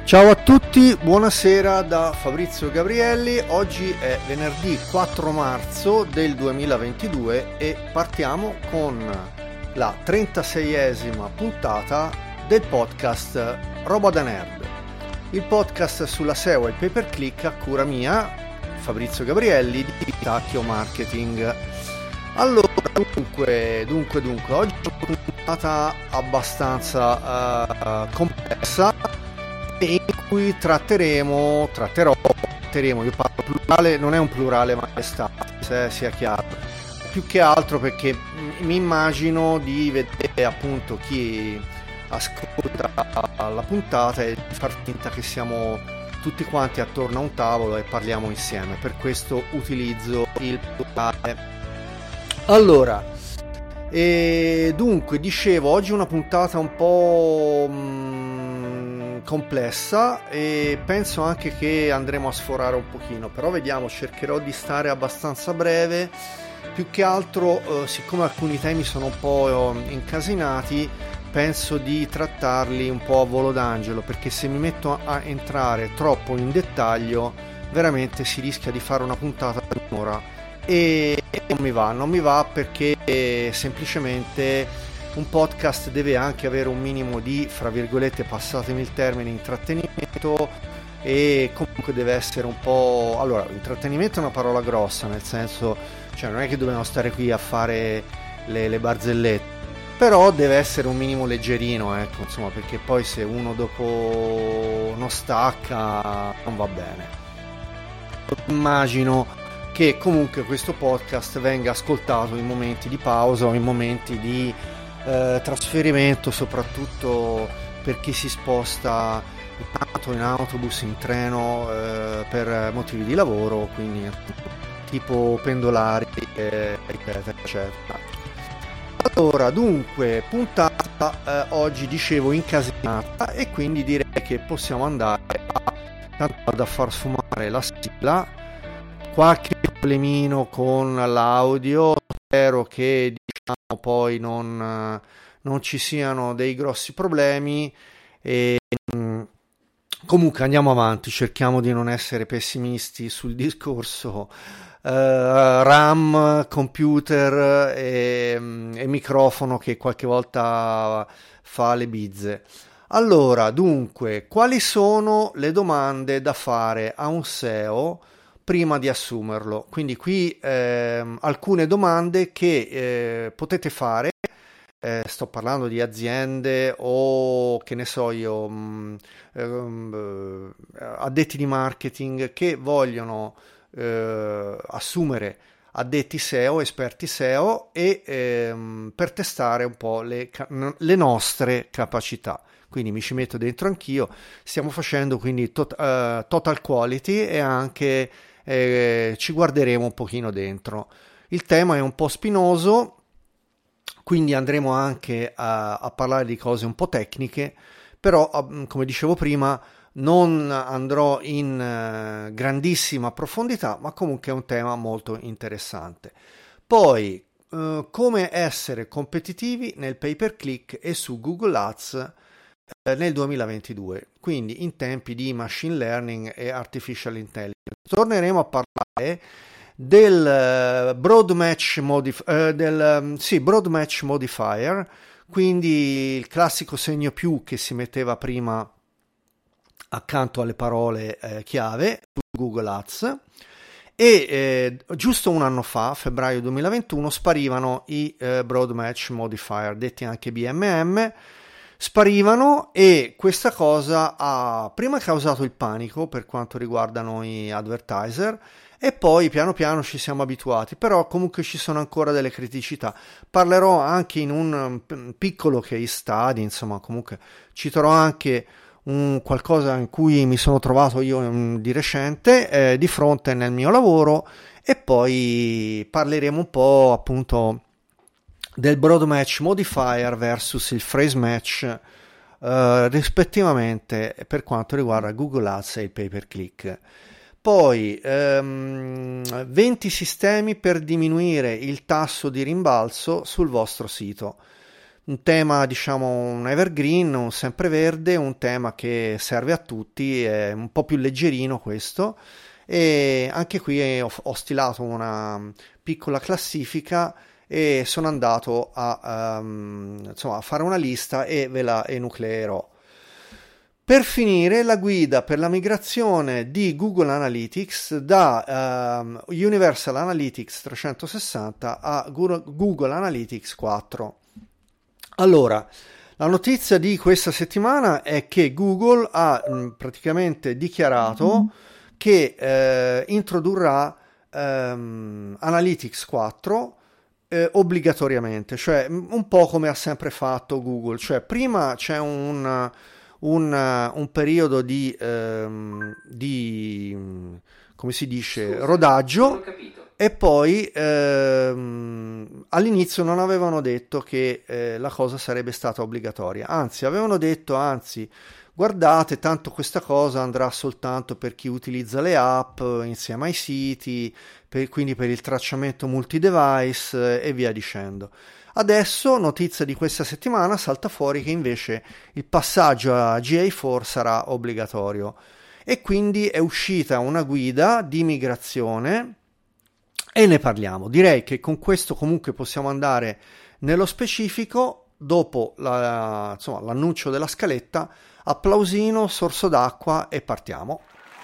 Ciao a tutti, buonasera da Fabrizio Gabrielli. Oggi è venerdì 4 marzo del 2022 e partiamo con la 36esima puntata del podcast Roba da Nerd, il podcast sulla SEO e il pay per click a cura mia, Fabrizio Gabrielli di Tacchio Marketing. Allora, dunque, oggi è una puntata abbastanza complessa in cui tratteremo, io parlo plurale, non è un plurale maestà, sia chiaro, più che altro perché mi immagino di vedere appunto chi ascolta la puntata e di far finta che siamo tutti quanti attorno a un tavolo e parliamo insieme, per questo utilizzo il plurale. Allora, e dunque, dicevo, oggi una puntata un po' complessa e penso anche che andremo a sforare un pochino, però vediamo, cercherò di stare abbastanza breve, più che altro siccome alcuni temi sono un po' incasinati, penso di trattarli un po' a volo d'angelo, perché se mi metto a entrare troppo in dettaglio veramente si rischia di fare una puntata di un'ora e non mi va perché semplicemente un podcast deve anche avere un minimo di, fra virgolette, passatemi il termine, intrattenimento, e comunque deve essere un po', allora, intrattenimento è una parola grossa, nel senso, cioè non è che dobbiamo stare qui a fare le barzellette, però deve essere un minimo leggerino, ecco, insomma, perché poi se uno dopo non stacca non va bene. Immagino che comunque questo podcast venga ascoltato in momenti di pausa o in momenti di trasferimento, soprattutto per chi si sposta in autobus, in treno, per motivi di lavoro, quindi tipo pendolari, eccetera eccetera. Allora, dunque, puntata oggi, dicevo, incasinata, e quindi direi che possiamo andare a far sfumare la sigla. Qualche problemino con l'audio, spero che poi non ci siano dei grossi problemi e comunque andiamo avanti, cerchiamo di non essere pessimisti sul discorso RAM, computer e microfono che qualche volta fa le bizze. Allora, dunque, quali sono le domande da fare a un SEO prima di assumerlo? Quindi qui alcune domande che potete fare, sto parlando di aziende o che ne so io, addetti di marketing che vogliono assumere addetti SEO, esperti SEO, e per testare un po' le nostre capacità. Quindi mi ci metto dentro anch'io, stiamo facendo quindi total quality e anche ci guarderemo un pochino dentro. Il tema è un po' spinoso, quindi andremo anche a parlare di cose un po' tecniche, però come dicevo prima non andrò in grandissima profondità, ma comunque è un tema molto interessante. Poi come essere competitivi nel pay per click e su Google Ads nel 2022, quindi in tempi di machine learning e artificial intelligence. Torneremo a parlare del broad match modifier, quindi il classico segno più che si metteva prima accanto alle parole chiave su Google Ads, e giusto un anno fa, febbraio 2021, sparivano i broad match modifier, detti anche BMM, sparivano, e questa cosa ha prima causato il panico per quanto riguarda noi advertiser e poi piano piano ci siamo abituati, però comunque ci sono ancora delle criticità. Parlerò anche in un piccolo case study, insomma, comunque citerò anche qualcosa in cui mi sono trovato io di recente di fronte nel mio lavoro, e poi parleremo un po' appunto del broad match modifier versus il phrase match rispettivamente per quanto riguarda Google Ads e il pay per click. Poi 20 sistemi per diminuire il tasso di rimbalzo sul vostro sito. un tema, diciamo, un evergreen, un sempreverde, un tema che serve a tutti, è un po' più leggerino questo, e anche qui ho stilato una piccola classifica e sono andato insomma, a fare una lista e ve la enucleerò. Per finire, la guida per la migrazione di Google Analytics da Universal Analytics 360 a Google Analytics 4. Allora, la notizia di questa settimana è che Google ha praticamente dichiarato che introdurrà Analytics 4 obbligatoriamente, cioè un po' come ha sempre fatto Google, cioè prima c'è un periodo di come si dice, Scusa, rodaggio, non ho capito. e poi all'inizio non avevano detto che la cosa sarebbe stata obbligatoria, anzi avevano detto, guardate, tanto questa cosa andrà soltanto per chi utilizza le app insieme ai siti, quindi per il tracciamento multi-device e via dicendo. Adesso, notizia di questa settimana, salta fuori che invece il passaggio a GA4 sarà obbligatorio e quindi è uscita una guida di migrazione e ne parliamo. Direi che con questo comunque possiamo andare nello specifico. Dopo l'annuncio della scaletta, applausino, sorso d'acqua e partiamo.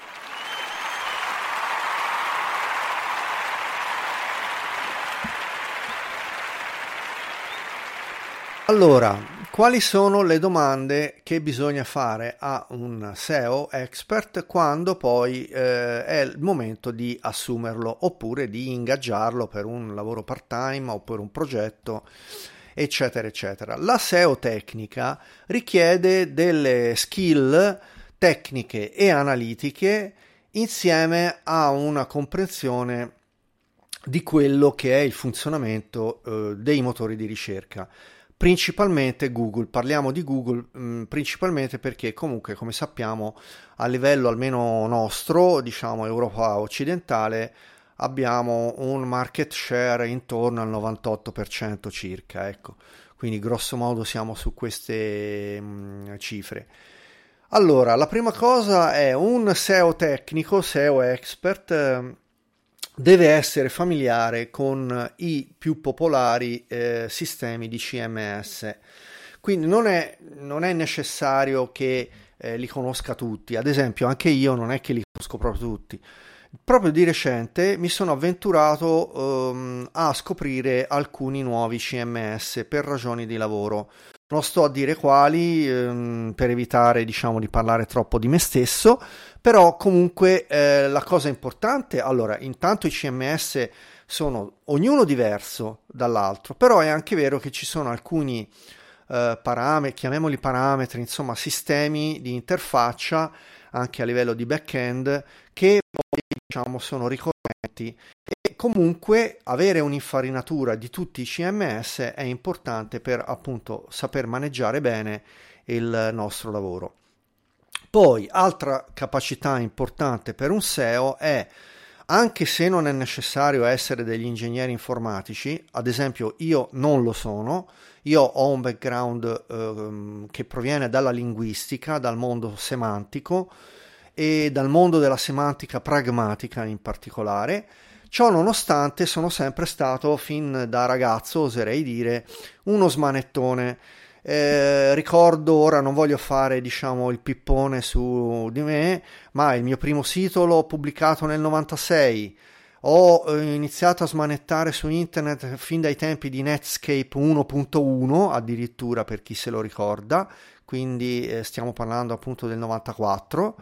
Allora, quali sono le domande che bisogna fare a un SEO expert quando poi è il momento di assumerlo oppure di ingaggiarlo per un lavoro part-time o per un progetto, eccetera, eccetera? La SEO tecnica richiede delle skill tecniche e analitiche insieme a una comprensione di quello che è il funzionamento dei motori di ricerca. Principalmente Google, parliamo di Google principalmente perché comunque, come sappiamo, a livello almeno nostro, diciamo Europa occidentale, abbiamo un market share intorno al 98% circa, ecco, quindi grosso modo siamo su queste cifre. Allora, la prima cosa è un SEO tecnico, SEO expert, deve essere familiare con i più popolari sistemi di CMS. Quindi non è necessario che li conosca tutti. Ad esempio, anche io non è che li conosco proprio tutti. Proprio di recente mi sono avventurato a scoprire alcuni nuovi CMS per ragioni di lavoro. Non sto a dire quali, per evitare, diciamo, di parlare troppo di me stesso, però comunque la cosa importante, allora, intanto i CMS sono ognuno diverso dall'altro, però è anche vero che ci sono alcuni parametri, chiamiamoli parametri, insomma, sistemi di interfaccia anche a livello di back-end che poi, diciamo, sono ricorrenti. E comunque avere un'infarinatura di tutti i CMS è importante per appunto saper maneggiare bene il nostro lavoro. Poi, altra capacità importante per un SEO è, anche se non è necessario essere degli ingegneri informatici, ad esempio io non lo sono, io ho un background che proviene dalla linguistica, dal mondo semantico e dal mondo della semantica pragmatica in particolare. Ciò nonostante sono sempre stato, fin da ragazzo, oserei dire, uno smanettone. Ricordo, ora non voglio fare, diciamo, il pippone su di me, ma il mio primo sito l'ho pubblicato nel 96. Ho iniziato a smanettare su internet fin dai tempi di Netscape 1.1, addirittura, per chi se lo ricorda, quindi stiamo parlando appunto del 94.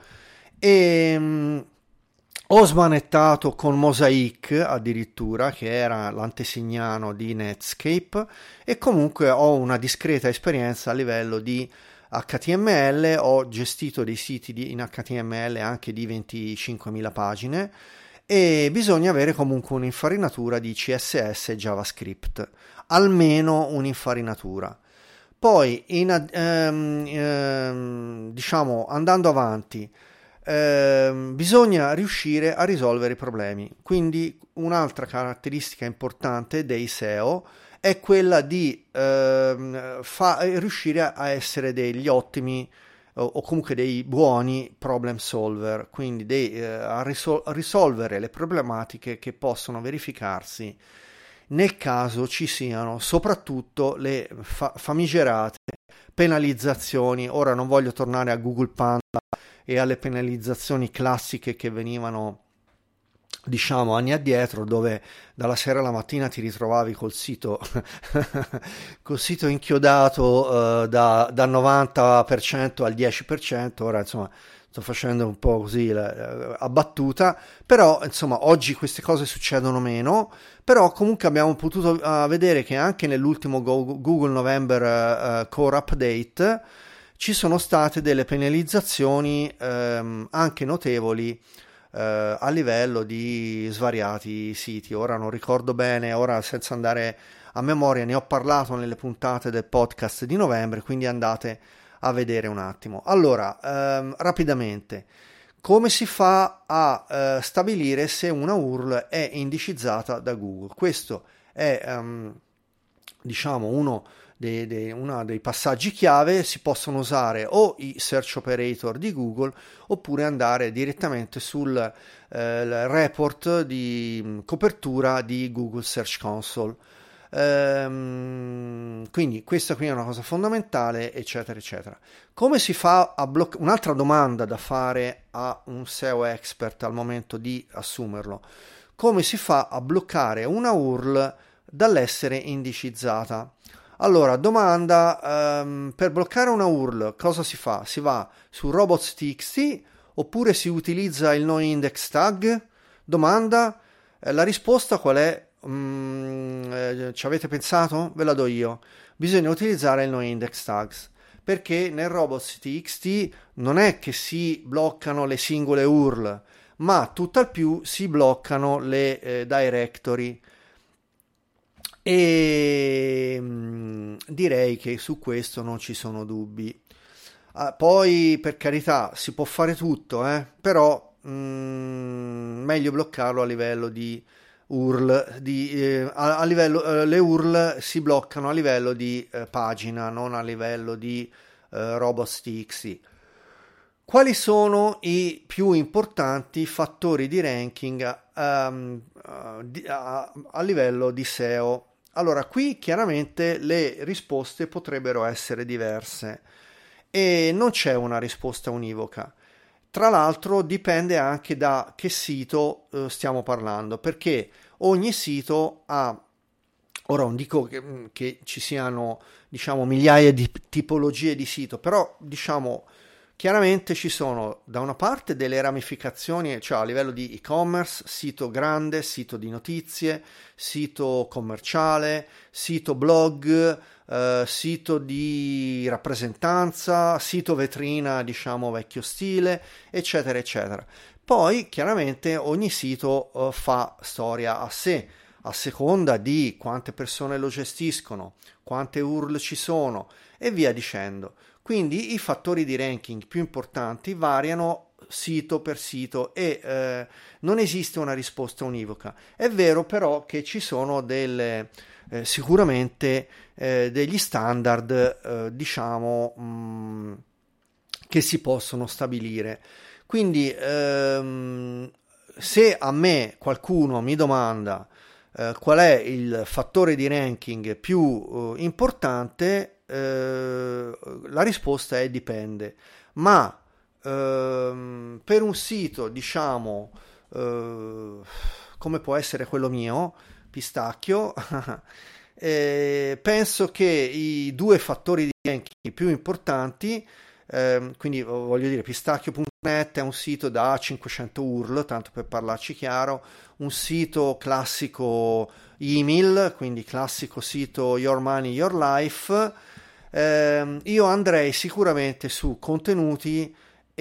E ho smanettato con Mosaic addirittura, che era l'antesignano di Netscape, e comunque ho una discreta esperienza a livello di HTML. Ho gestito dei siti in HTML anche di 25.000 pagine e bisogna avere comunque un'infarinatura di CSS e JavaScript, almeno un'infarinatura. Poi, diciamo, andando avanti, bisogna riuscire a risolvere i problemi. Quindi un'altra caratteristica importante dei SEO è quella di riuscire a essere degli ottimi o comunque dei buoni problem solver, quindi a risolvere le problematiche che possono verificarsi nel caso ci siano soprattutto le famigerate penalizzazioni. Ora non voglio tornare a Google Panda e alle penalizzazioni classiche che venivano, diciamo, anni addietro, dove dalla sera alla mattina ti ritrovavi col sito inchiodato dal 90% al 10%. Ora insomma sto facendo un po' così a battuta, però insomma oggi queste cose succedono meno, però comunque abbiamo potuto vedere che anche nell'ultimo Google November Core Update ci sono state delle penalizzazioni anche notevoli a livello di svariati siti. Ora non ricordo bene, ora senza andare a memoria, ne ho parlato nelle puntate del podcast di novembre, quindi andate a vedere un attimo. Allora, rapidamente, come si fa a stabilire se una URL è indicizzata da Google? Questo è diciamo uno dei passaggi chiave. Si possono usare o i search operator di Google oppure andare direttamente sul report di copertura di Google Search Console. Quindi questa qui è una cosa fondamentale, eccetera eccetera. Come si fa a bloccare? Un'altra domanda da fare a un SEO expert al momento di assumerlo: come si fa a bloccare una URL dall'essere indicizzata? Allora, domanda, per bloccare una URL cosa si fa? Si va su robots.txt oppure si utilizza il noindex tag? Domanda, la risposta qual è? Ci avete pensato? Ve la do io. Bisogna utilizzare il noindex tags, perché nel robots.txt non è che si bloccano le singole URL, ma tutt'al più si bloccano le directory. E direi che su questo non ci sono dubbi. Poi per carità si può fare tutto, però meglio bloccarlo a livello di URL, le URL si bloccano a livello di pagina, non a livello di robots.txt. Quali sono i più importanti fattori di ranking a livello di SEO? Allora, qui chiaramente le risposte potrebbero essere diverse e non c'è una risposta univoca. Tra l'altro dipende anche da che sito stiamo parlando, perché ogni sito ha, ora non dico che ci siano, diciamo, migliaia di tipologie di sito, però diciamo chiaramente ci sono da una parte delle ramificazioni, cioè a livello di e-commerce, sito grande, sito di notizie, sito commerciale, sito blog, sito di rappresentanza, sito vetrina, diciamo vecchio stile, eccetera eccetera. Poi chiaramente ogni sito fa storia a sé, a seconda di quante persone lo gestiscono, quante URL ci sono e via dicendo. Quindi i fattori di ranking più importanti variano sito per sito e non esiste una risposta univoca. È vero però che ci sono sicuramente degli standard, diciamo, che si possono stabilire. Quindi se a me qualcuno mi domanda qual è il fattore di ranking più importante, la risposta è dipende, ma per un sito, diciamo, come può essere quello mio, Pistacchio, penso che i due fattori di ranking più importanti, quindi voglio dire, pistacchio.net è un sito da 500 URL, tanto per parlarci chiaro, un sito classico email, quindi classico sito Your Money, Your Life. Io andrei sicuramente su contenuti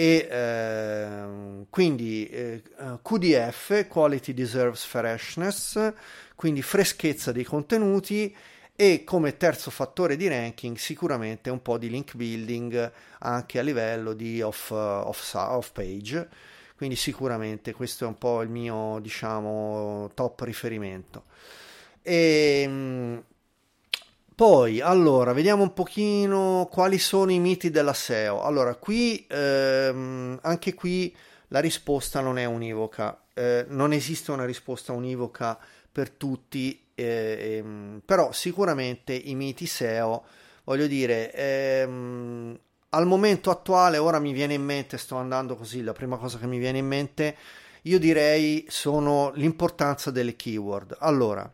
e quindi QDF, Quality Deserves Freshness, quindi freschezza dei contenuti, e come terzo fattore di ranking sicuramente un po' di link building anche a livello di off page. Quindi sicuramente questo è un po' il mio, diciamo, top riferimento. E Poi, allora, vediamo un pochino quali sono i miti della SEO. Allora, qui, anche qui la risposta non è univoca. Non esiste una risposta univoca per tutti, però sicuramente i miti SEO, voglio dire, al momento attuale, ora mi viene in mente, sto andando così, la prima cosa che mi viene in mente, io direi sono l'importanza delle keyword. Allora,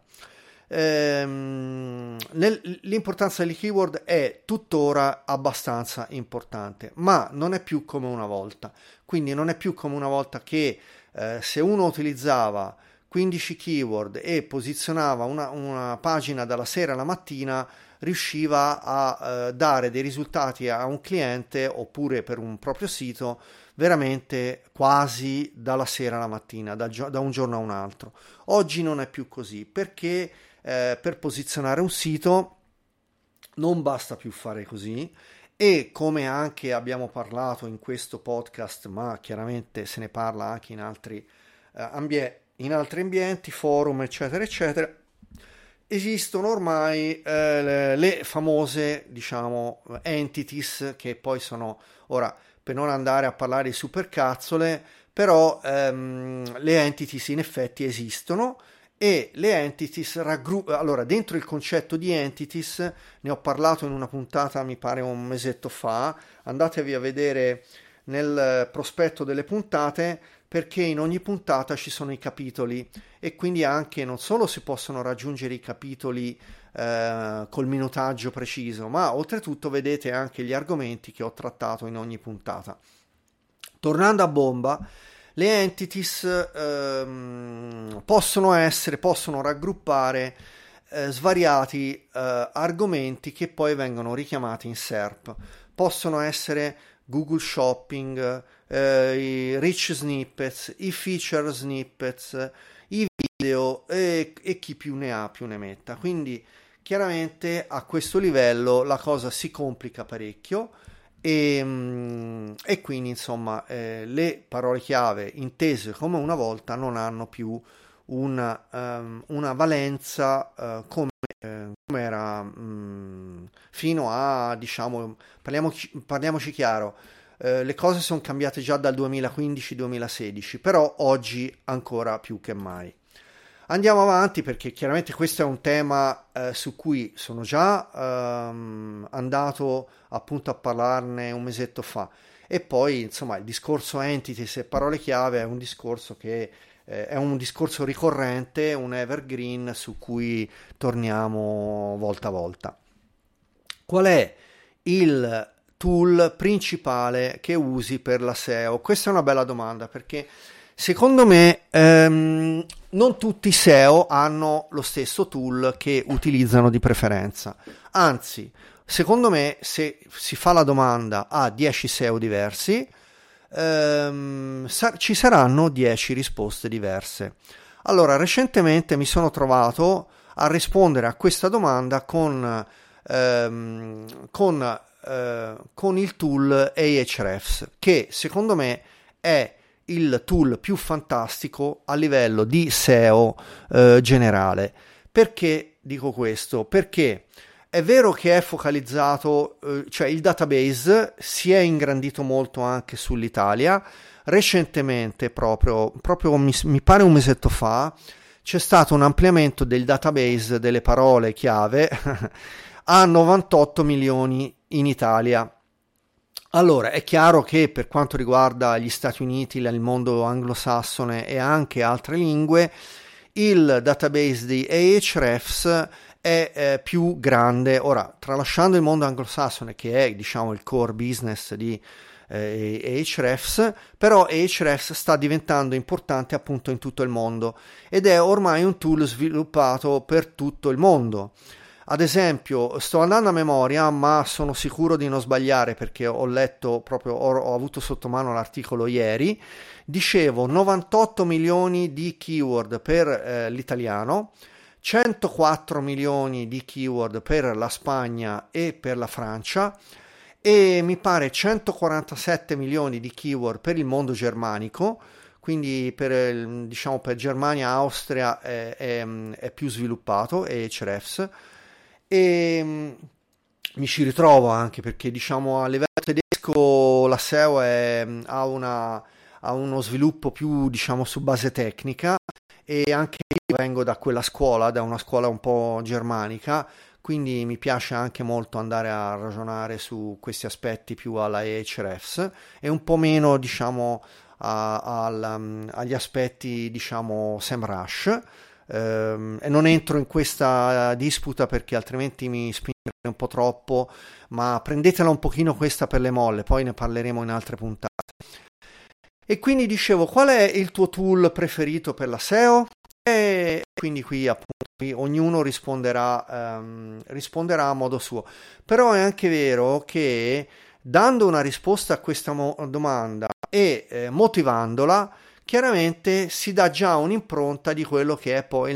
l'importanza delle keyword è tuttora abbastanza importante, ma non è più come una volta. Quindi non è più come una volta che se uno utilizzava 15 keyword e posizionava una pagina dalla sera alla mattina, riusciva a dare dei risultati a un cliente oppure per un proprio sito veramente quasi dalla sera alla mattina, da un giorno a un altro. Oggi non è più così perché per posizionare un sito non basta più fare così, e come anche abbiamo parlato in questo podcast, ma chiaramente se ne parla anche in altri ambienti, forum, eccetera, eccetera, esistono ormai le famose, diciamo, entities, che poi sono, ora, per non andare a parlare di supercazzole, però le entities in effetti esistono, e le entities allora, dentro il concetto di entities ne ho parlato in una puntata, mi pare un mesetto fa, andatevi a vedere nel prospetto delle puntate, perché in ogni puntata ci sono i capitoli, e quindi anche non solo si possono raggiungere i capitoli col minutaggio preciso, ma oltretutto vedete anche gli argomenti che ho trattato in ogni puntata. Tornando a bomba, le entities possono raggruppare svariati argomenti che poi vengono richiamati in SERP. Possono essere Google Shopping, i rich snippets, i feature snippets, i video, e chi più ne ha più ne metta. Quindi chiaramente a questo livello la cosa si complica parecchio. E quindi insomma le parole chiave intese come una volta non hanno più una valenza come era fino a, diciamo, parliamoci chiaro, le cose sono cambiate già dal 2015-2016, però oggi ancora più che mai. Andiamo avanti, perché chiaramente questo è un tema su cui sono già andato appunto a parlarne un mesetto fa, e poi insomma il discorso entities e parole chiave è un discorso che è un discorso ricorrente, un evergreen su cui torniamo volta a volta. Qual è il tool principale che usi per la SEO? Questa è una bella domanda, perché secondo me non tutti i SEO hanno lo stesso tool che utilizzano di preferenza. Anzi, secondo me, se si fa la domanda a 10 SEO diversi, ci saranno 10 risposte diverse. Allora, recentemente mi sono trovato a rispondere a questa domanda con il tool Ahrefs, che secondo me è il tool più fantastico a livello di SEO generale. Perché dico questo? Perché è vero che è focalizzato, cioè il database si è ingrandito molto anche sull'Italia. Recentemente, proprio mi pare un mesetto fa, c'è stato un ampliamento del database delle parole chiave a 98 milioni in Italia. Allora, è chiaro che per quanto riguarda gli Stati Uniti, il mondo anglosassone e anche altre lingue, il database di Ahrefs è più grande. Ora, tralasciando il mondo anglosassone, che è, diciamo, il core business di Ahrefs, però Ahrefs sta diventando importante appunto in tutto il mondo, ed è ormai un tool sviluppato per tutto il mondo. Ad esempio, sto andando a memoria, ma sono sicuro di non sbagliare, perché ho letto proprio, ho avuto sotto mano l'articolo ieri. Dicevo 98 milioni di keyword per l'italiano, 104 milioni di keyword per la Spagna e per la Francia, e mi pare 147 milioni di keyword per il mondo germanico. Quindi per Germania, Austria è più sviluppato, Ahrefs. e mi ci ritrovo anche perché diciamo a livello tedesco la SEO ha uno sviluppo più diciamo su base tecnica e anche io vengo da quella scuola, da una scuola un po' germanica, quindi mi piace anche molto andare a ragionare su questi aspetti più alla Ahrefs e un po' meno diciamo agli aspetti diciamo SEMrush. E non entro in questa disputa perché altrimenti mi spingerei un po' troppo, ma prendetela un pochino questa per le molle, poi ne parleremo in altre puntate. E quindi dicevo, qual è il tuo tool preferito per la SEO? E quindi qui appunto ognuno risponderà a modo suo. Però è anche vero che dando una risposta a questa domanda e motivandola, chiaramente si dà già un'impronta di quello che è poi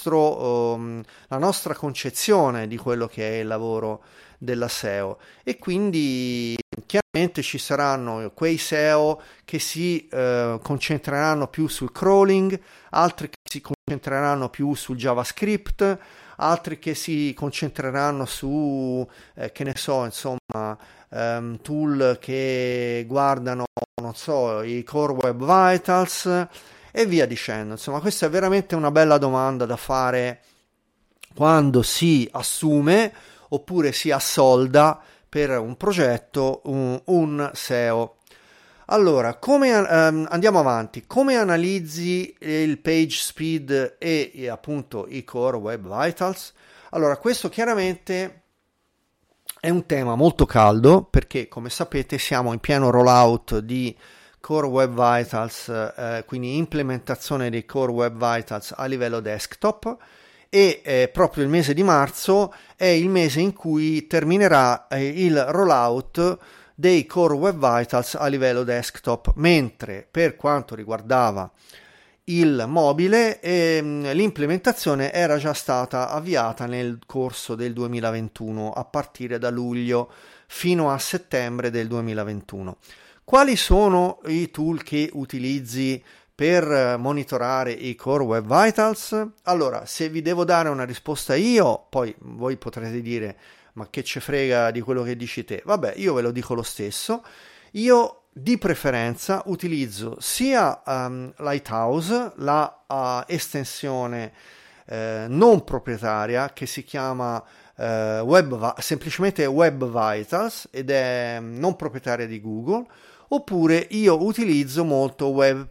la nostra concezione di quello che è il lavoro della SEO e quindi chiaramente ci saranno quei SEO che si concentreranno più sul crawling, altri che si concentreranno più sul JavaScript, altri che si concentreranno su che ne so, insomma, tool che guardano, non so, i Core Web Vitals e via dicendo. Insomma, questa è veramente una bella domanda da fare quando si assume oppure si assolda per un progetto un SEO. Allora, andiamo avanti. Come analizzi il page speed e appunto i Core Web Vitals? Allora, questo chiaramente è un tema molto caldo perché, come sapete, siamo in pieno rollout di Core Web Vitals, quindi implementazione dei Core Web Vitals a livello desktop e proprio il mese di marzo è il mese in cui terminerà il rollout dei Core Web Vitals a livello desktop, mentre per quanto riguardava il mobile l'implementazione era già stata avviata nel corso del 2021 a partire da luglio fino a settembre del 2021. Quali sono i tool che utilizzi per monitorare i Core Web Vitals? Allora, se vi devo dare una risposta io, poi voi potrete dire ma che ce frega di quello che dici te? Vabbè, io ve lo dico lo stesso. Io di preferenza utilizzo sia Lighthouse, la estensione non proprietaria che si chiama semplicemente Web Vitals ed è non proprietaria di Google, oppure io utilizzo molto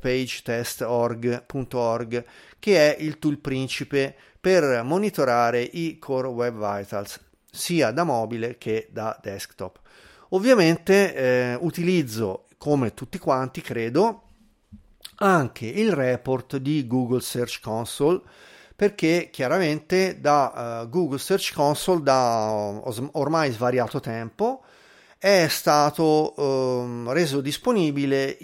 webpagetest.org che è il tool principe per monitorare i Core Web Vitals sia da mobile che da desktop. Ovviamente utilizzo, come tutti quanti credo, anche il report di Google Search Console perché chiaramente da Google Search Console da ormai svariato tempo è stato reso disponibile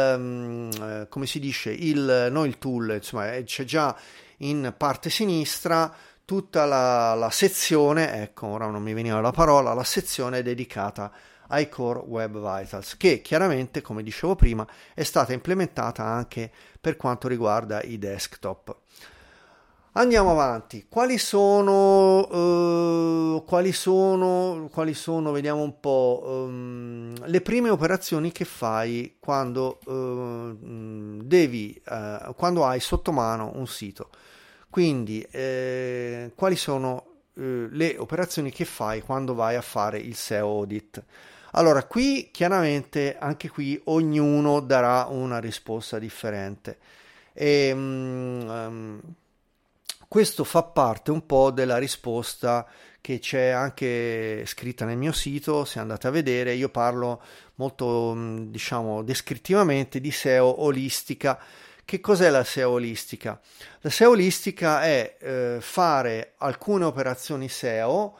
come si dice, non il tool, insomma c'è già in parte sinistra tutta la sezione, ecco ora non mi veniva la parola, la sezione dedicata ai Core Web Vitals, che chiaramente, come dicevo prima, è stata implementata anche per quanto riguarda i desktop. Andiamo avanti. Quali sono, vediamo un po', le prime operazioni che fai quando quando hai sotto mano un sito? Quindi, quali sono le operazioni che fai quando vai a fare il SEO audit? Allora, qui chiaramente, anche qui, ognuno darà una risposta differente. Questo fa parte un po' della risposta che c'è anche scritta nel mio sito, se andate a vedere, io parlo molto, diciamo, descrittivamente di SEO olistica. Che cos'è la SEO olistica? La SEO olistica è fare alcune operazioni SEO.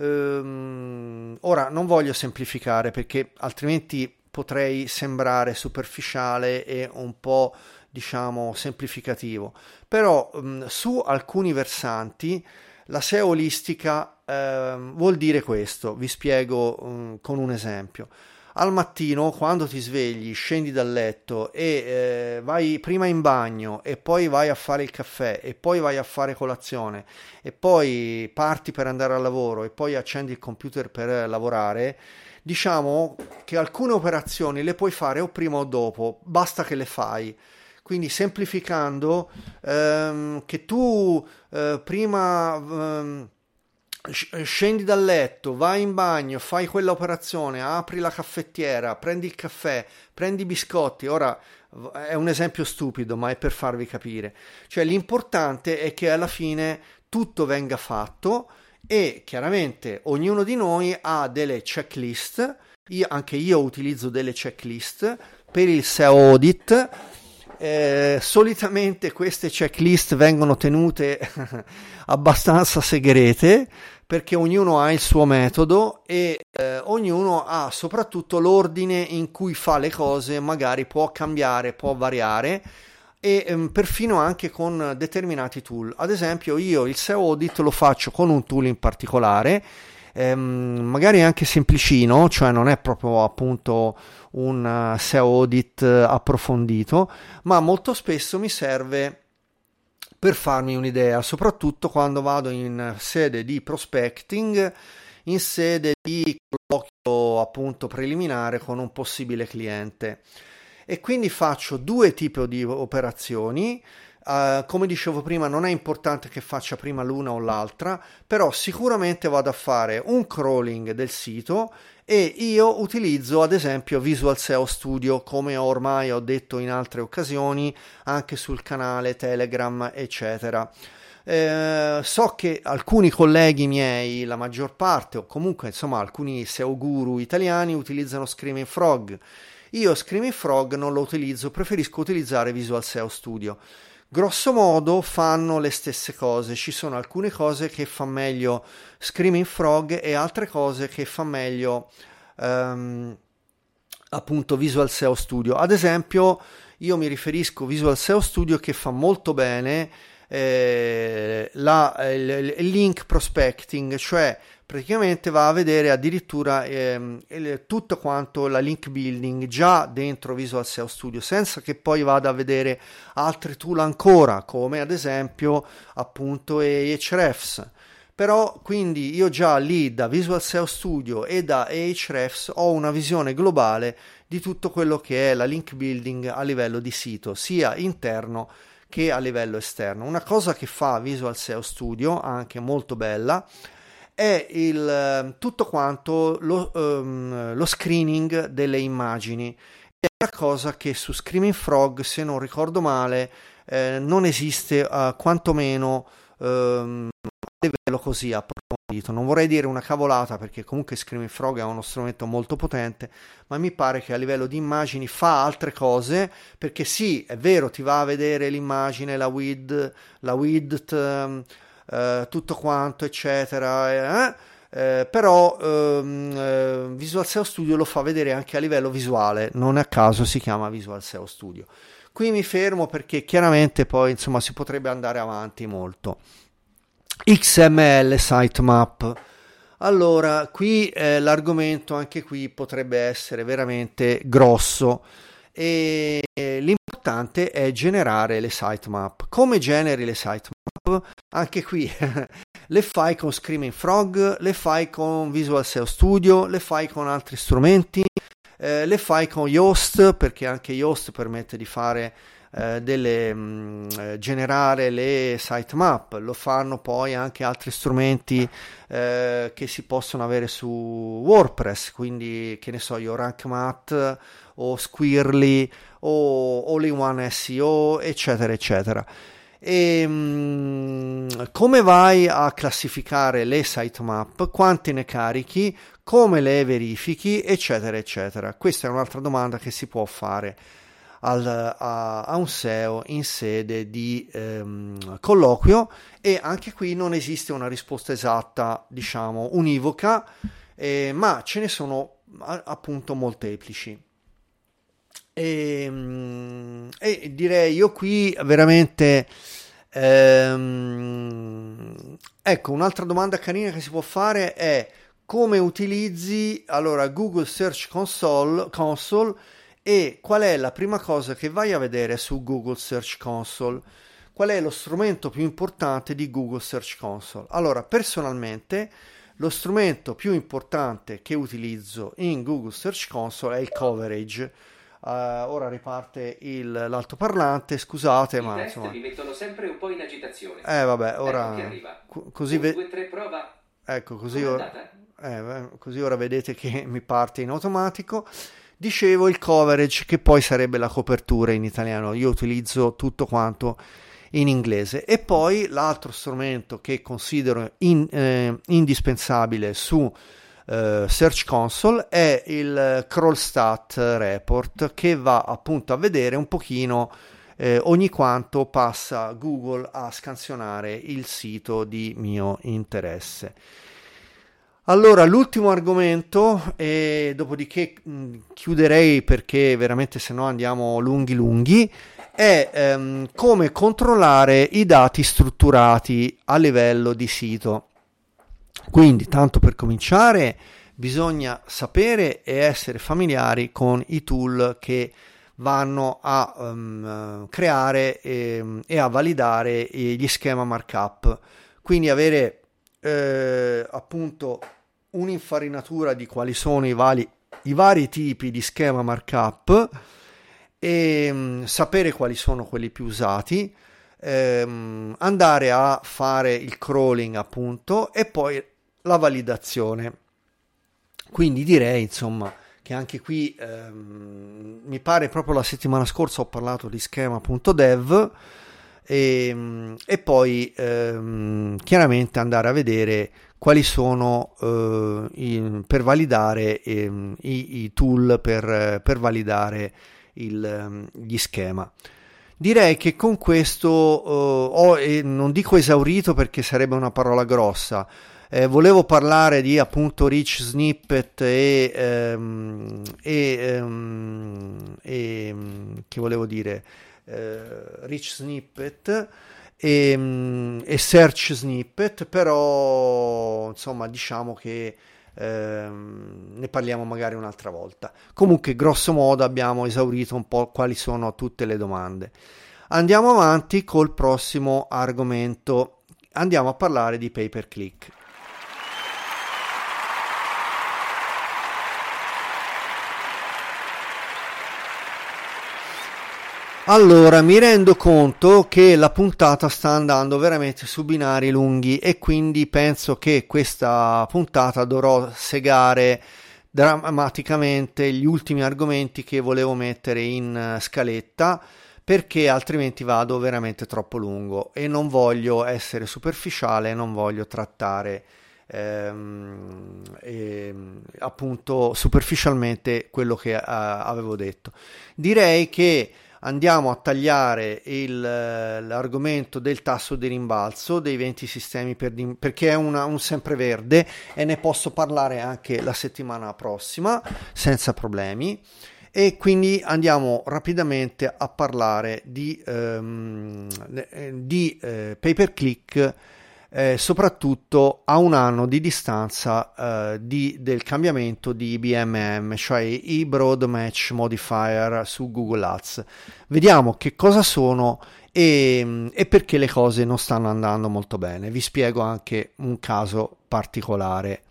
Ora non voglio semplificare perché altrimenti potrei sembrare superficiale e un po' diciamo semplificativo, però su alcuni versanti la SEO olistica vuol dire questo, vi spiego con un esempio. al mattino quando ti svegli, scendi dal letto e vai prima in bagno e poi vai a fare il caffè e poi vai a fare colazione e poi parti per andare al lavoro e poi accendi il computer per lavorare, diciamo che alcune operazioni le puoi fare o prima o dopo, basta che le fai. Quindi semplificando, che tu prima scendi dal letto, vai in bagno, fai quella operazione, apri la caffettiera, prendi il caffè, prendi i biscotti. Ora è un esempio stupido, ma è per farvi capire. Cioè l'importante è che alla fine tutto venga fatto e chiaramente ognuno di noi ha delle checklist. Anche io utilizzo delle checklist per il SEO audit. Solitamente queste checklist vengono tenute abbastanza segrete perché ognuno ha il suo metodo e ognuno ha soprattutto l'ordine in cui fa le cose, magari può cambiare, può variare e perfino anche con determinati tool. Ad esempio io il SEO audit lo faccio con un tool in particolare, magari anche semplicino, cioè non è proprio appunto un SEO audit approfondito, ma molto spesso mi serve per farmi un'idea, soprattutto quando vado in sede di prospecting, in sede di colloquio appunto preliminare con un possibile cliente. E quindi faccio due tipi di operazioni. Come dicevo prima, non è importante che faccia prima l'una o l'altra, però sicuramente vado a fare un crawling del sito e io utilizzo ad esempio Visual SEO Studio, come ormai ho detto in altre occasioni anche sul canale Telegram eccetera. So che alcuni colleghi miei, la maggior parte o comunque insomma alcuni SEO guru italiani utilizzano Screaming Frog. Io Screaming Frog non lo utilizzo, preferisco utilizzare Visual SEO Studio. Grosso modo fanno le stesse cose, ci sono alcune cose che fa meglio Screaming Frog e altre cose che fa meglio appunto Visual SEO Studio. Ad esempio io mi riferisco a Visual SEO Studio che fa molto bene il link prospecting, cioè praticamente va a vedere addirittura tutto quanto la link building già dentro Visual SEO Studio, senza che poi vada a vedere altri tool ancora, come ad esempio appunto Ahrefs. Però quindi io già lì da Visual SEO Studio e da Ahrefs ho una visione globale di tutto quello che è la link building a livello di sito, sia interno che a livello esterno. Una cosa che fa Visual SEO Studio, anche molto bella, è tutto quanto lo screening delle immagini. È una cosa che su Screaming Frog, se non ricordo male, non esiste quantomeno a livello così approfondito. Non vorrei dire una cavolata perché comunque Screaming Frog è uno strumento molto potente, ma mi pare che a livello di immagini fa altre cose, perché sì, è vero, ti va a vedere l'immagine, la width, tutto quanto eccetera, però Visual SEO Studio lo fa vedere anche a livello visuale, non a caso si chiama Visual SEO Studio. Qui mi fermo perché chiaramente poi insomma si potrebbe andare avanti molto. XML sitemap. Allora, qui l'argomento anche qui potrebbe essere veramente grosso e l'importante è generare le sitemap. Come generi le sitemap? Anche qui le fai con Screaming Frog, le fai con Visual SEO Studio, le fai con altri strumenti, le fai con Yoast, perché anche Yoast permette di fare generare le sitemap. Lo fanno poi anche altri strumenti che si possono avere su WordPress, quindi che ne so io, RankMath o Squirrely o All-in-One SEO eccetera eccetera. E come vai a classificare le sitemap, quante ne carichi, come le verifichi eccetera eccetera. Questa è un'altra domanda che si può fare a un SEO in sede di colloquio, e anche qui non esiste una risposta esatta, diciamo univoca, ma ce ne sono appunto molteplici. E direi io qui veramente ecco, un'altra domanda carina che si può fare è: come utilizzi allora Google Search Console e qual è la prima cosa che vai a vedere su Google Search Console. Qual è lo strumento più importante di Google Search Console? Allora, personalmente, lo strumento più importante che utilizzo in Google Search Console è il coverage. Ora riparte l'altoparlante, scusate, ma test insomma... mi mettono sempre un po' in agitazione. Vabbè, ora... Ecco che arriva. così 2, 3, prova. Ecco, così Com'è ora... andata? così ora vedete che mi parte in automatico. Dicevo il coverage, che poi sarebbe la copertura in italiano. Io utilizzo tutto quanto in inglese. E poi l'altro strumento che considero indispensabile su Search Console è il Crawl Stat Report, che va appunto a vedere un pochino ogni quanto passa Google a scansionare il sito di mio interesse. Allora, l'ultimo argomento, e dopodiché chiuderei perché veramente se no andiamo lunghi, è come controllare i dati strutturati a livello di sito. Quindi, tanto per cominciare, bisogna sapere e essere familiari con i tool che vanno a creare e a validare gli schema markup. Quindi avere appunto un'infarinatura di quali sono i vari tipi di schema markup e sapere quali sono quelli più usati, andare a fare il crawling appunto e poi la validazione. Quindi direi insomma che anche qui mi pare proprio la settimana scorsa ho parlato di schema.dev e poi chiaramente andare a vedere quali sono per validare i tool per validare gli schema. Direi che con questo non dico esaurito perché sarebbe una parola grossa. Volevo parlare di appunto rich snippet e che volevo dire rich snippet e search snippet, però insomma diciamo che ne parliamo magari un'altra volta. Comunque grosso modo abbiamo esaurito un po' quali sono tutte le domande. Andiamo avanti col prossimo argomento, andiamo a parlare di pay per click. Allora, mi rendo conto che la puntata sta andando veramente su binari lunghi e quindi penso che questa puntata dovrò segare drammaticamente gli ultimi argomenti che volevo mettere in scaletta, perché altrimenti vado veramente troppo lungo e non voglio essere superficiale, non voglio trattare appunto superficialmente quello che avevo detto. Direi che andiamo a tagliare l'argomento del tasso di rimbalzo dei 20 sistemi perché è un sempreverde e ne posso parlare anche la settimana prossima senza problemi, e quindi andiamo rapidamente a parlare di pay per click, soprattutto a un anno di distanza del cambiamento di BMM, cioè i Broad Match Modifier su Google Ads. Vediamo che cosa sono e perché le cose non stanno andando molto bene. Vi spiego anche un caso particolare.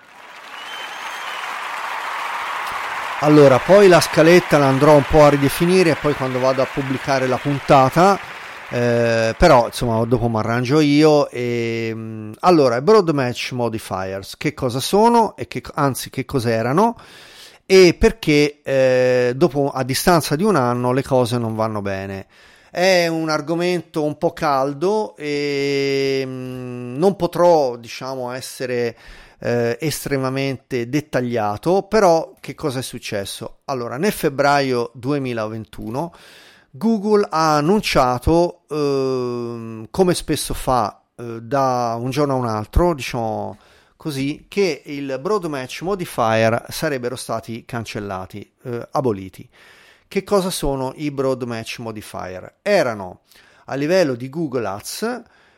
Allora, poi la scaletta la andrò un po' a ridefinire e poi quando vado a pubblicare la puntata però insomma dopo mi arrangio io. Allora, i Broad Match Modifiers che cosa sono e che cos'erano e perché dopo, a distanza di un anno, le cose non vanno bene. È un argomento un po' caldo e non potrò diciamo essere estremamente dettagliato, però che cosa è successo? Allora, nel febbraio 2021 Google ha annunciato, come spesso fa da un giorno a un altro, diciamo così, che il Broad Match Modifier sarebbero stati cancellati, aboliti. Che cosa sono i Broad Match Modifier? Erano a livello di Google Ads, erano dei modifier che venivano inseriti all'interno del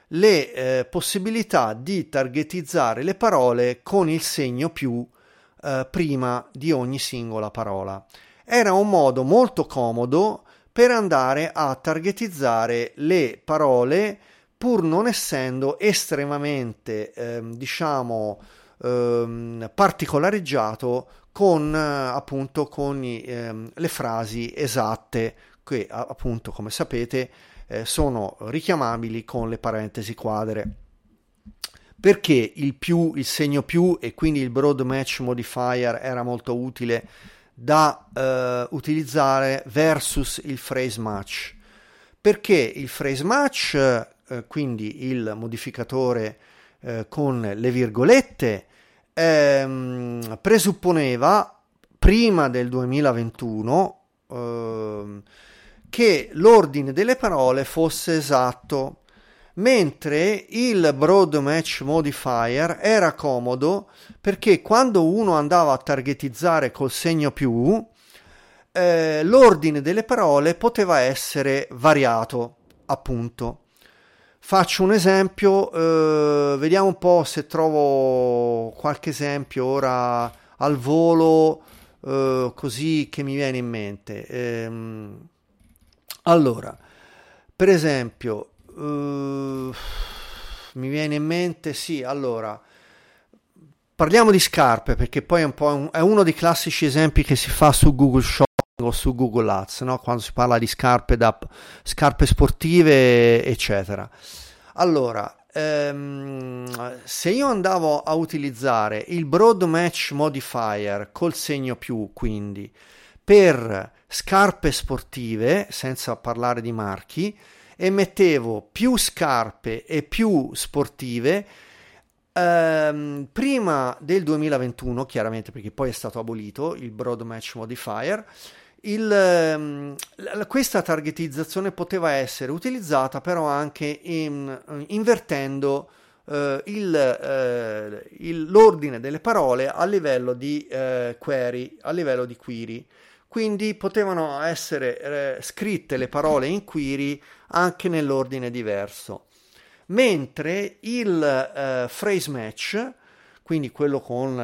le possibilità di targetizzare le parole con il segno più prima di ogni singola parola. Era un modo molto comodo per andare a targetizzare le parole, pur non essendo estremamente particolareggiato con appunto con le frasi esatte che appunto, come sapete, sono richiamabili con le parentesi quadre. Perché il segno più e quindi il broad match modifier era molto utile da utilizzare versus il phrase match? Perché il phrase match, quindi il modificatore con le virgolette, presupponeva prima del 2021 che l'ordine delle parole fosse esatto, mentre il broad match modifier era comodo perché quando uno andava a targetizzare col segno più, l'ordine delle parole poteva essere variato, appunto. Faccio un esempio, vediamo un po' se trovo qualche esempio ora al volo, così che mi viene in mente. Allora, per esempio, mi viene in mente, sì, allora, parliamo di scarpe, perché poi è uno dei classici esempi che si fa su Google Shopping o su Google Ads, no? Quando si parla di scarpe sportive, eccetera. Allora, se io andavo a utilizzare il broad match modifier col segno più, quindi per scarpe sportive, senza parlare di marchi, e mettevo più scarpe e più sportive, prima del 2021, chiaramente, perché poi è stato abolito il broad match modifier, questa targetizzazione poteva essere utilizzata però anche invertendo l'ordine delle parole a livello di query, a livello di query. Quindi potevano essere scritte le parole in query anche nell'ordine diverso. Mentre il phrase match, quindi quello con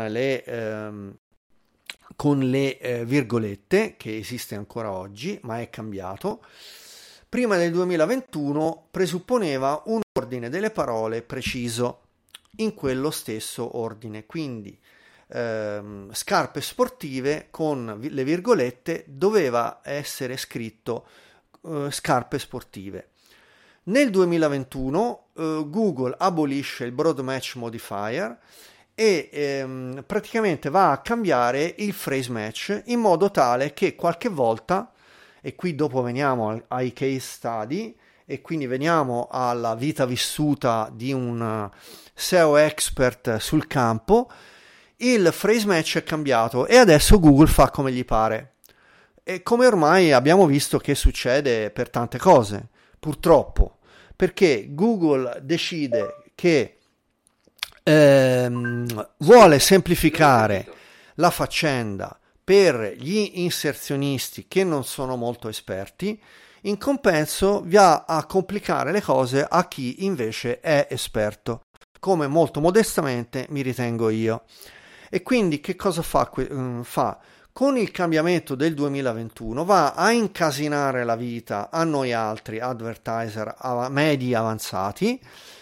le virgolette, che esiste ancora oggi, ma è cambiato, prima del 2021 presupponeva un ordine delle parole preciso in quello stesso ordine. Quindi scarpe sportive con le virgolette doveva essere scritto scarpe sportive. Nel 2021 Google abolisce il broad match modifier e praticamente va a cambiare il phrase match in modo tale che qualche volta, e qui dopo veniamo ai case study e quindi veniamo alla vita vissuta di un SEO expert sul campo, il phrase match è cambiato e adesso Google fa come gli pare. E come ormai abbiamo visto che succede per tante cose, purtroppo, perché Google decide che vuole semplificare la faccenda per gli inserzionisti che non sono molto esperti, in compenso va a complicare le cose a chi invece è esperto, come molto modestamente mi ritengo io. E quindi che cosa fa? Con il cambiamento del 2021 va a incasinare la vita a noi altri advertiser medi avanzati,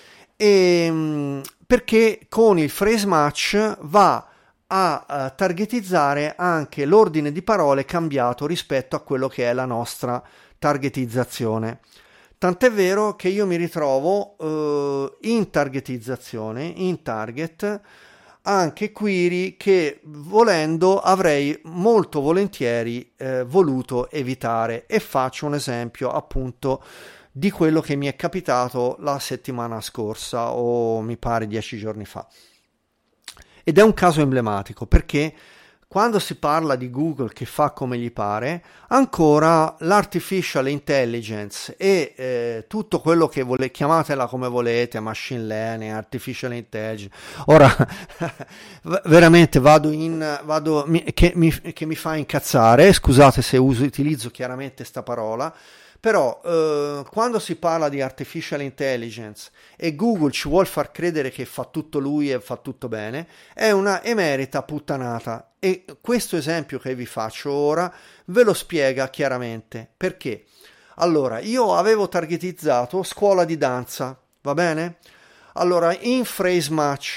perché con il phrase match va a targetizzare anche l'ordine di parole cambiato rispetto a quello che è la nostra targetizzazione. Tant'è vero che io mi ritrovo in targetizzazione, in target, anche query che volendo avrei molto volentieri voluto evitare, e faccio un esempio appunto di quello che mi è capitato la settimana scorsa o mi pare 10 giorni fa, ed è un caso emblematico perché quando si parla di Google che fa come gli pare, ancora l'artificial intelligence e tutto quello che chiamatela come volete, machine learning, artificial intelligence, ora veramente che mi fa incazzare, scusate se utilizzo chiaramente sta parola, Però quando si parla di artificial intelligence e Google ci vuol far credere che fa tutto lui e fa tutto bene, è una emerita puttanata. E questo esempio che vi faccio ora ve lo spiega chiaramente. Perché? Allora, io avevo targetizzato scuola di danza, va bene? Allora, in Phrase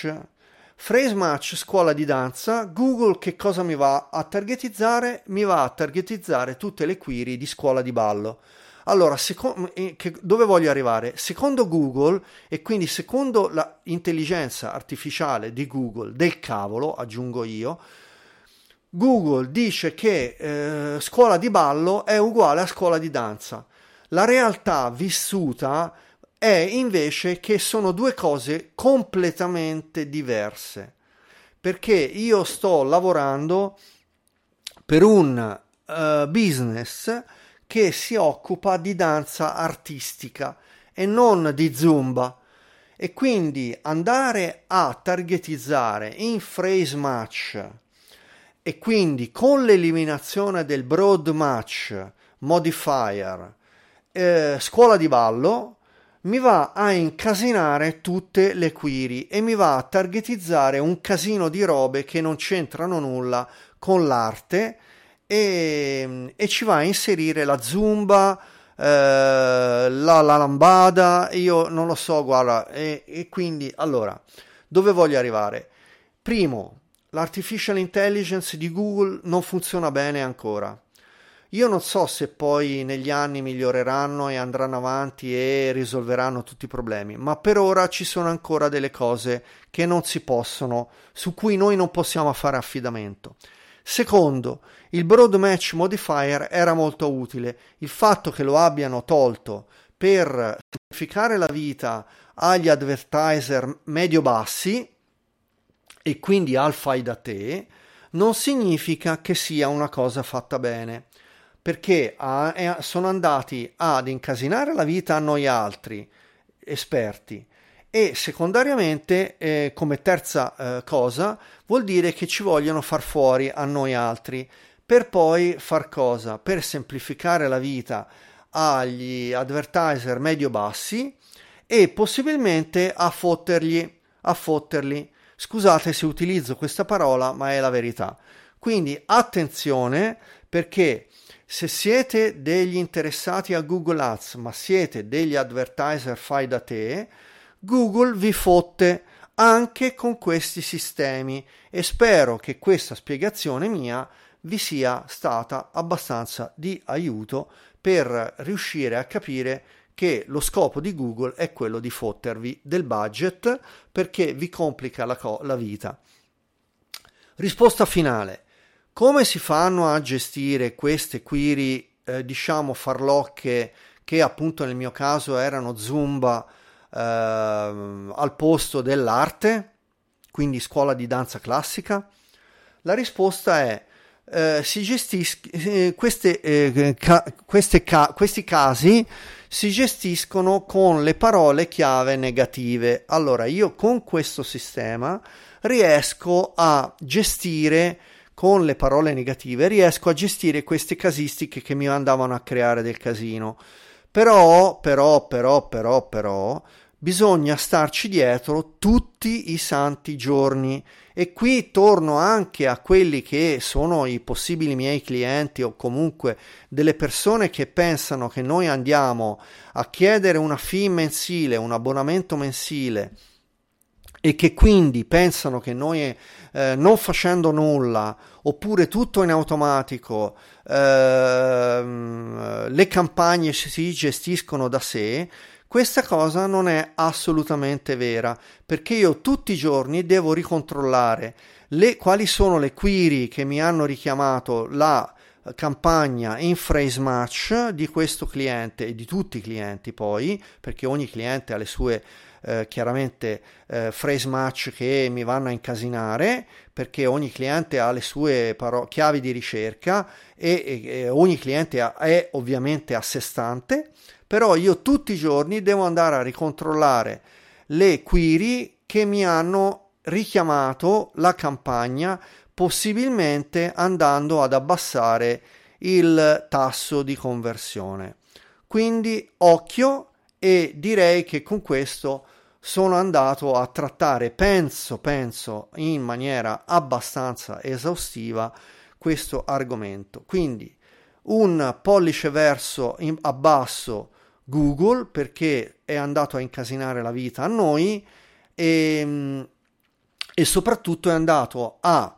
Match, scuola di danza, Google che cosa mi va a targetizzare? Mi va a targetizzare tutte le query di scuola di ballo. Allora, dove voglio arrivare? Secondo Google, e quindi secondo l'intelligenza artificiale di Google, del cavolo, aggiungo io, Google dice che scuola di ballo è uguale a scuola di danza. La realtà vissuta è invece che sono due cose completamente diverse, perché io sto lavorando per un business che si occupa di danza artistica e non di Zumba, e quindi andare a targetizzare in Phrase Match e quindi con l'eliminazione del Broad Match modifier scuola di ballo mi va a incasinare tutte le query e mi va a targetizzare un casino di robe che non c'entrano nulla con l'arte e ci va a inserire la zumba, la lambada, io non lo so, guarda, e quindi allora dove voglio arrivare? Primo, l'artificial intelligence di Google non funziona bene ancora. Io non so se poi negli anni miglioreranno e andranno avanti e risolveranno tutti i problemi, ma per ora ci sono ancora delle cose che non si possono, su cui noi non possiamo fare affidamento. Secondo, il Broad Match Modifier era molto utile. Il fatto che lo abbiano tolto per semplificare la vita agli advertiser medio-bassi e quindi al fai da te, non significa che sia una cosa fatta bene, perché sono andati ad incasinare la vita a noi altri esperti e secondariamente come terza cosa vuol dire che ci vogliono far fuori a noi altri per poi far cosa? Per semplificare la vita agli advertiser medio-bassi e possibilmente a fotterli. Scusate se utilizzo questa parola, ma è la verità. Quindi attenzione, perché se siete degli interessati a Google Ads, ma siete degli advertiser fai da te, Google vi fotte anche con questi sistemi e spero che questa spiegazione mia vi sia stata abbastanza di aiuto per riuscire a capire che lo scopo di Google è quello di fottervi del budget perché vi complica la vita. Risposta finale. Come si fanno a gestire queste query, diciamo farlocche, che appunto nel mio caso erano Zumba al posto dell'arte, quindi scuola di danza classica? La risposta è questi casi si gestiscono con le parole chiave negative. Allora io con questo sistema riesco a gestire con le parole negative, riesco a gestire queste casistiche che mi andavano a creare del casino. Però, bisogna starci dietro tutti i santi giorni. E qui torno anche a quelli che sono i possibili miei clienti o comunque delle persone che pensano che noi andiamo a chiedere una fee mensile, un abbonamento mensile e che quindi pensano che noi non facendo nulla oppure tutto in automatico le campagne si gestiscono da sé. Questa cosa non è assolutamente vera, perché io tutti i giorni devo ricontrollare quali sono le query che mi hanno richiamato la campagna in Phrase Match di questo cliente e di tutti i clienti poi, perché ogni cliente ha le sue chiaramente phrase match che mi vanno a incasinare, perché ogni cliente ha le sue chiavi di ricerca e ogni cliente è ovviamente a sé stante. Però io tutti i giorni devo andare a ricontrollare le query che mi hanno richiamato la campagna, possibilmente andando ad abbassare il tasso di conversione. Quindi occhio, e direi che con questo sono andato a trattare, penso in maniera abbastanza esaustiva questo argomento. Quindi un pollice verso a basso Google, perché è andato a incasinare la vita a noi, e soprattutto è andato a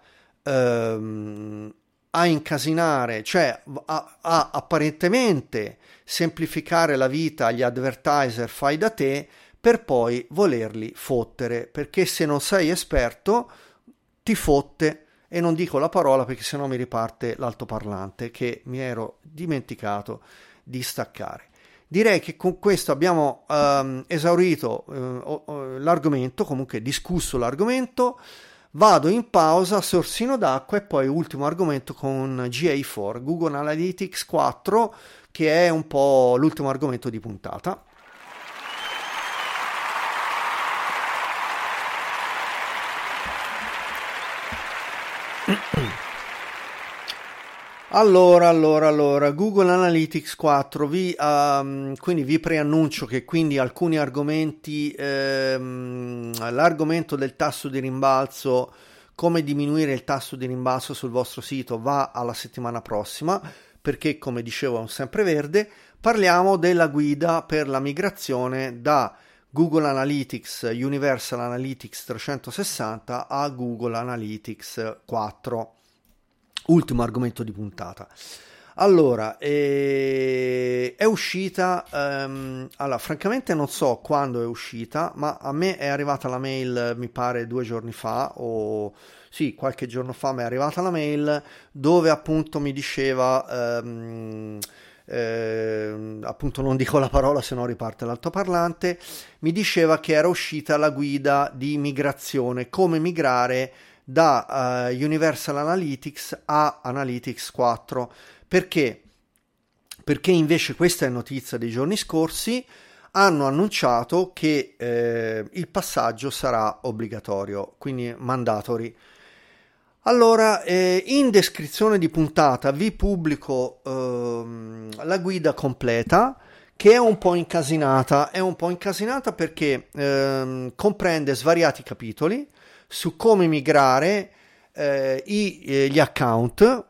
incasinare, cioè a apparentemente semplificare la vita agli advertiser fai da te, per poi volerli fottere, perché se non sei esperto ti fotte, e non dico la parola perché sennò mi riparte l'altoparlante che mi ero dimenticato di staccare. Direi che con questo abbiamo esaurito l'argomento, comunque discusso l'argomento. Vado in pausa, sorsino d'acqua, e poi ultimo argomento con GA4, Google Analytics 4, che è un po' l'ultimo argomento di puntata. Allora, Google Analytics 4, quindi vi preannuncio che quindi alcuni argomenti, l'argomento del tasso di rimbalzo, come diminuire il tasso di rimbalzo sul vostro sito, va alla settimana prossima, perché come dicevo è un sempreverde. Parliamo della guida per la migrazione da Google Analytics Universal Analytics 360 a Google Analytics 4. Ultimo argomento di puntata. Allora, è uscita, allora francamente non so quando è uscita, ma a me è arrivata la mail, mi pare 2 giorni fa, o sì, qualche giorno fa mi è arrivata la mail dove appunto mi diceva, appunto non dico la parola se no riparte l'altoparlante, mi diceva che era uscita la guida di migrazione, come migrare da Universal Analytics a Analytics 4. Perché? Perché invece, questa è notizia dei giorni scorsi, hanno annunciato che il passaggio sarà obbligatorio, quindi mandatory. Allora, in descrizione di puntata vi pubblico la guida completa, che è un po' incasinata perché comprende svariati capitoli su come migrare gli account,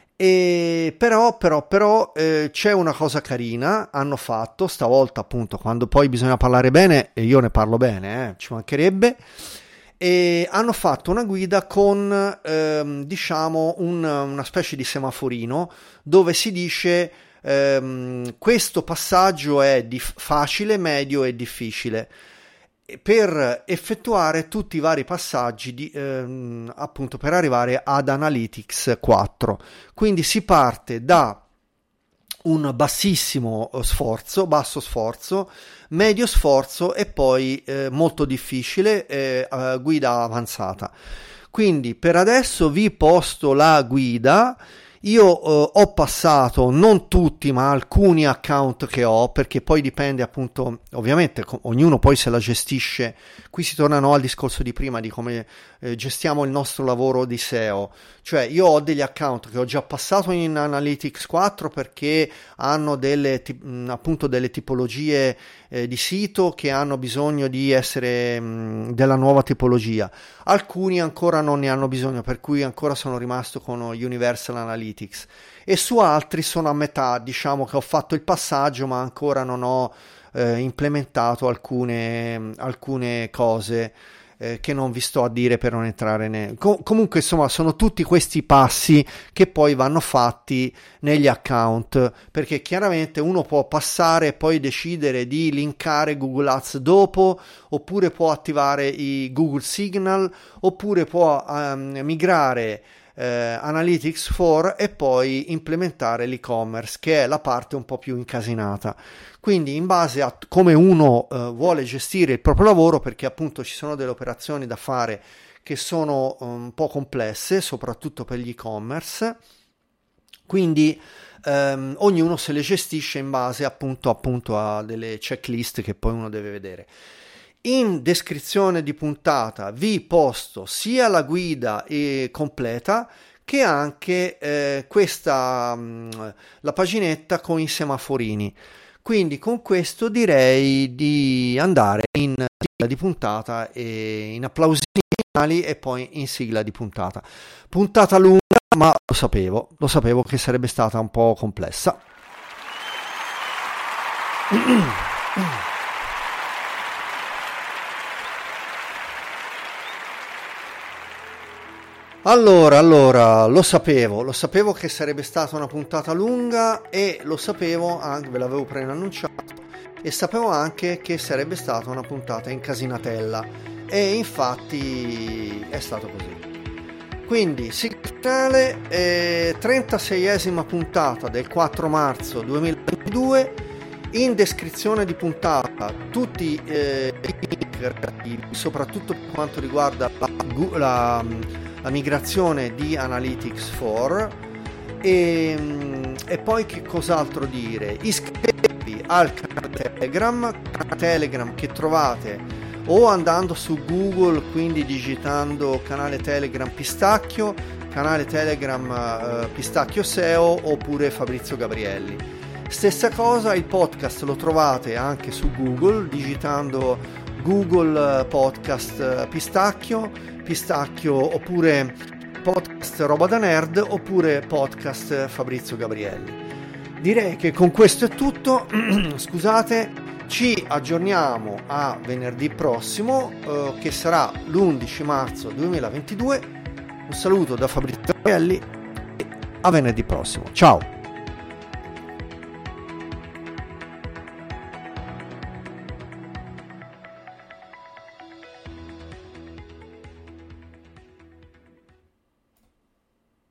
e però c'è una cosa carina hanno fatto stavolta, appunto, quando poi bisogna parlare bene, e io ne parlo bene, ci mancherebbe, e hanno fatto una guida con diciamo una specie di semaforino dove si dice questo passaggio è facile, medio e difficile, per effettuare tutti i vari passaggi appunto per arrivare ad Analytics 4. Quindi si parte da un basso sforzo, medio sforzo e poi molto difficile, guida avanzata. Quindi per adesso vi posto la guida. Io ho passato non tutti ma alcuni account che ho, perché poi dipende, appunto, ovviamente ognuno poi se la gestisce. Qui si tornano al discorso di prima di come gestiamo il nostro lavoro di SEO, cioè io ho degli account che ho già passato in Analytics 4 perché hanno appunto delle tipologie di sito che hanno bisogno di essere della nuova tipologia. Alcuni ancora non ne hanno bisogno, per cui ancora sono rimasto con Universal Analytics, e su altri sono a metà, diciamo che ho fatto il passaggio ma ancora non ho implementato alcune cose che non vi sto a dire per non entrare comunque, insomma, sono tutti questi passi che poi vanno fatti negli account, perché chiaramente uno può passare e poi decidere di linkare Google Ads dopo, oppure può attivare i Google Signal, oppure può migrare Analytics 4 e poi implementare l'e-commerce, che è la parte un po' più incasinata. Quindi in base a come uno vuole gestire il proprio lavoro, perché appunto ci sono delle operazioni da fare che sono un po' complesse, soprattutto per gli e-commerce, quindi ognuno se le gestisce in base appunto a delle checklist che poi uno deve vedere. In descrizione di puntata vi posto sia la guida completa che anche la paginetta con i semaforini. Quindi con questo direi di andare in sigla di puntata e in applausini finali e poi in sigla di puntata. Puntata lunga, ma lo sapevo che sarebbe stata un po' complessa. Allora, lo sapevo che sarebbe stata una puntata lunga e lo sapevo anche, ve l'avevo preannunciato, e sapevo anche che sarebbe stata una puntata incasinatella e infatti è stato così. Quindi sigla finale, 36esima puntata del 4 marzo 2022. In descrizione di puntata tutti i link relativi, soprattutto per quanto riguarda la migrazione di Analytics 4 e poi che cos'altro dire? Iscrivetevi al canale Telegram che trovate o andando su Google, quindi digitando canale Telegram Pistacchio, canale Telegram Pistacchio SEO oppure Fabrizio Gabrielli. Stessa cosa, il podcast lo trovate anche su Google digitando Google Podcast Pistacchio oppure podcast Roba da Nerd oppure podcast Fabrizio Gabrielli. Direi che con questo è tutto. Scusate, ci aggiorniamo a venerdì prossimo che sarà l'11 marzo 2022. Un saluto da Fabrizio Gabrielli e a venerdì prossimo. Ciao!